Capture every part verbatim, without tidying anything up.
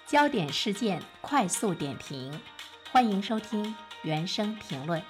焦点事件快速点评，欢迎收听原声评论。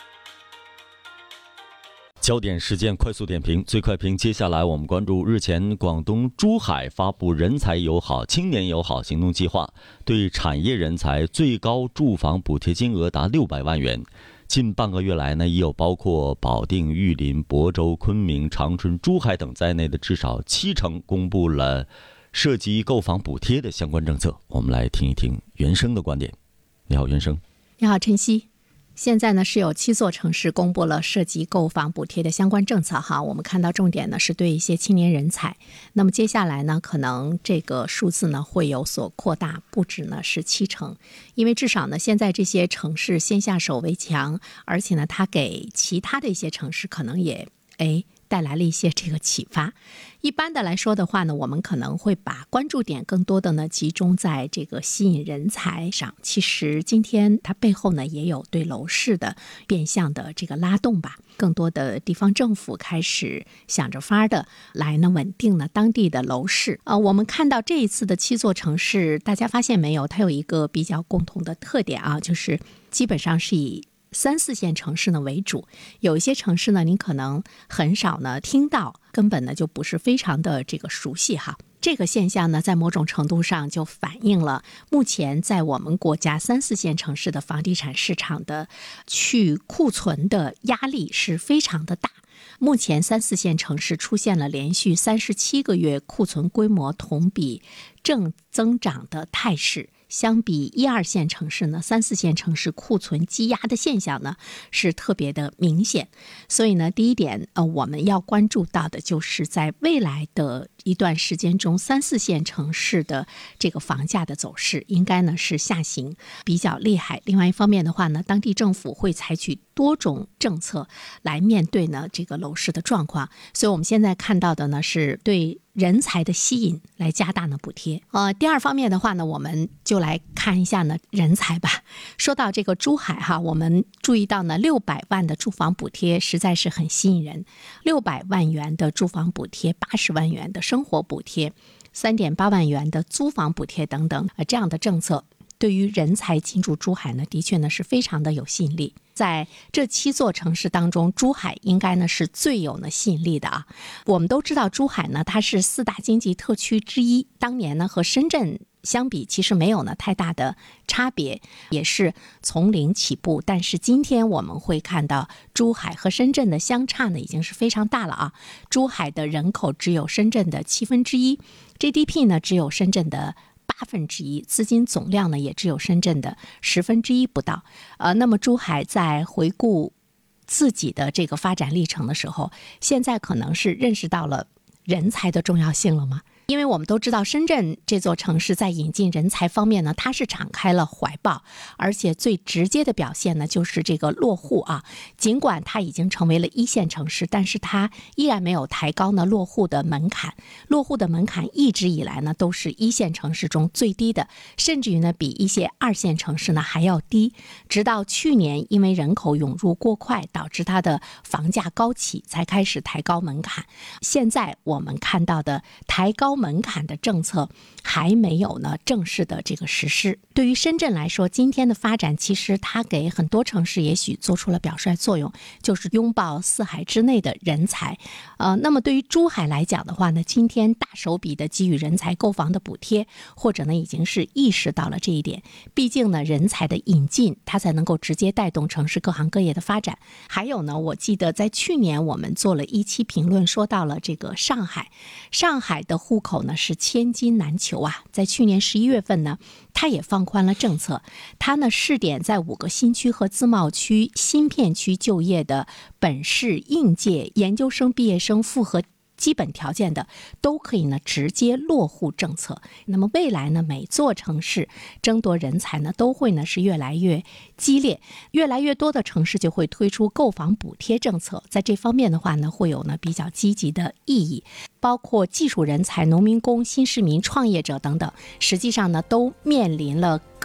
焦点事件快速点评，最快评。接下来我们关注日前广东珠海发布人才友好、青年友好行动计划，对产业人才最高住房补贴金额达六百万元。近半个月来呢，已有包括保定、玉林、亳州、昆明、长春、珠海等在内的至少七城公布了涉及购房补贴的相关政策。我们来听一听原生的观点。你好，原生。 你好，晨曦。现在呢是有七座城市公布了涉及购房补贴的相关政策哈，我们看到重点呢是对一些青年人才。那么接下来呢，可能这个数字呢会有所扩大，不止呢是七成，因为至少呢现在这些城市先下手为强，而且呢它给其他的一些城市可能也哎。带来了一些这个启发。一般的来说的话呢，我们可能会把关注点更多的呢集中在这个吸引人才上。其实今天它背后呢也有对楼市的变相的这个拉动吧。更多的地方政府开始想着法的来呢稳定呢当地的楼市。呃，我们看到这一次的七座城市，大家发现没有，它有一个比较共同的特点啊，就是基本上是以三四线城市呢为主，有一些城市呢你可能很少呢听到，根本呢就不是非常的这个熟悉哈。这个现象呢在某种程度上就反映了目前在我们国家三四线城市的房地产市场的去库存的压力是非常的大。目前三四线城市出现了连续三十七个月库存规模同比正增长的态势。相比一二线城市呢，三四线城市库存积压的现象呢是特别的明显。所以呢，第一点呃，我们要关注到的就是在未来的一段时间中，三四线城市的这个房价的走势应该呢是下行比较厉害。另外一方面的话呢，当地政府会采取多种政策来面对呢这个楼市的状况。所以我们现在看到的呢是对人才的吸引来加大呢补贴。呃，第二方面的话呢，我们就来看一下呢人才吧。说到这个珠海哈，我们注意到呢六百万的住房补贴实在是很吸引人。六百万元的住房补贴，八十万元的生活补贴，三点八万元的租房补贴等等，呃，这样的政策对于人才进驻珠海呢，的确呢是非常的有吸引力。在这七座城市当中，珠海应该呢是最有呢吸引力的啊。我们都知道珠海呢它是四大经济特区之一，当年呢和深圳相比其实没有呢太大的差别，也是从零起步。但是今天我们会看到珠海和深圳的相差呢已经是非常大了啊。珠海的人口只有深圳的七分之一， G D P 呢只有深圳的八分之一，资金总量呢也只有深圳的十分之一不到。呃，那么珠海在回顾自己的这个发展历程的时候，现在可能是认识到了人才的重要性了吗？因为我们都知道深圳这座城市在引进人才方面呢，它是敞开了怀抱，而且最直接的表现呢就是这个落户啊。尽管它已经成为了一线城市，但是它依然没有抬高呢落户的门槛。落户的门槛一直以来呢都是一线城市中最低的，甚至于呢比一些二线城市呢还要低。直到去年因为人口涌入过快，导致它的房价高企，才开始抬高门槛。现在我们看到的抬高门槛的政策还没有呢正式的这个实施。对于深圳来说，今天的发展其实它给很多城市也许做出了表率作用，就是拥抱四海之内的人才。呃，那么对于珠海来讲的话呢，今天大手笔的给予人才购房的补贴，或者呢已经是意识到了这一点。毕竟呢人才的引进，它才能够直接带动城市各行各业的发展。还有呢，我记得在去年我们做了一期评论，说到了这个上海，上海的户口呢是千金难求啊。在去年十一月份呢，它也放宽了政策，它呢试点在五个新区和自贸区新片区就业的本市应届研究生毕业生符合基本条件的都可以呢直接落户政策。那么未来呢，每座城市争夺人才呢都会呢是越来越激烈，越来越多的城市就会推出购房补贴政策。在这方面的话呢，会有呢比较积极的意义，包括技术人才、农民工、新市民、创业者等等，实际上呢都面临了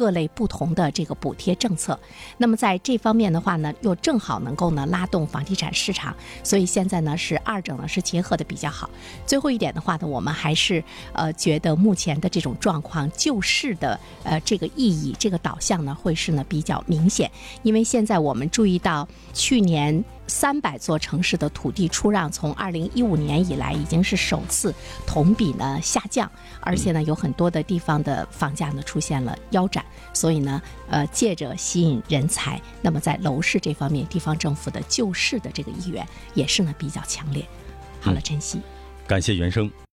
各类不同的这个补贴政策。那么在这方面的话呢，又正好能够呢拉动房地产市场，所以现在呢是二者呢是结合的比较好。最后一点的话呢，我们还是呃觉得目前的这种状况，救市的呃这个意义、这个导向呢，会是呢比较明显。因为现在我们注意到，去年三百座城市的土地出让，从二零一五年以来已经是首次同比呢下降，而且呢有很多的地方的房价呢出现了腰斩，所以呢呃借着吸引人才，那么在楼市这方面，地方政府的救市的这个意愿也是呢比较强烈。好了，晨曦， 感谢原生。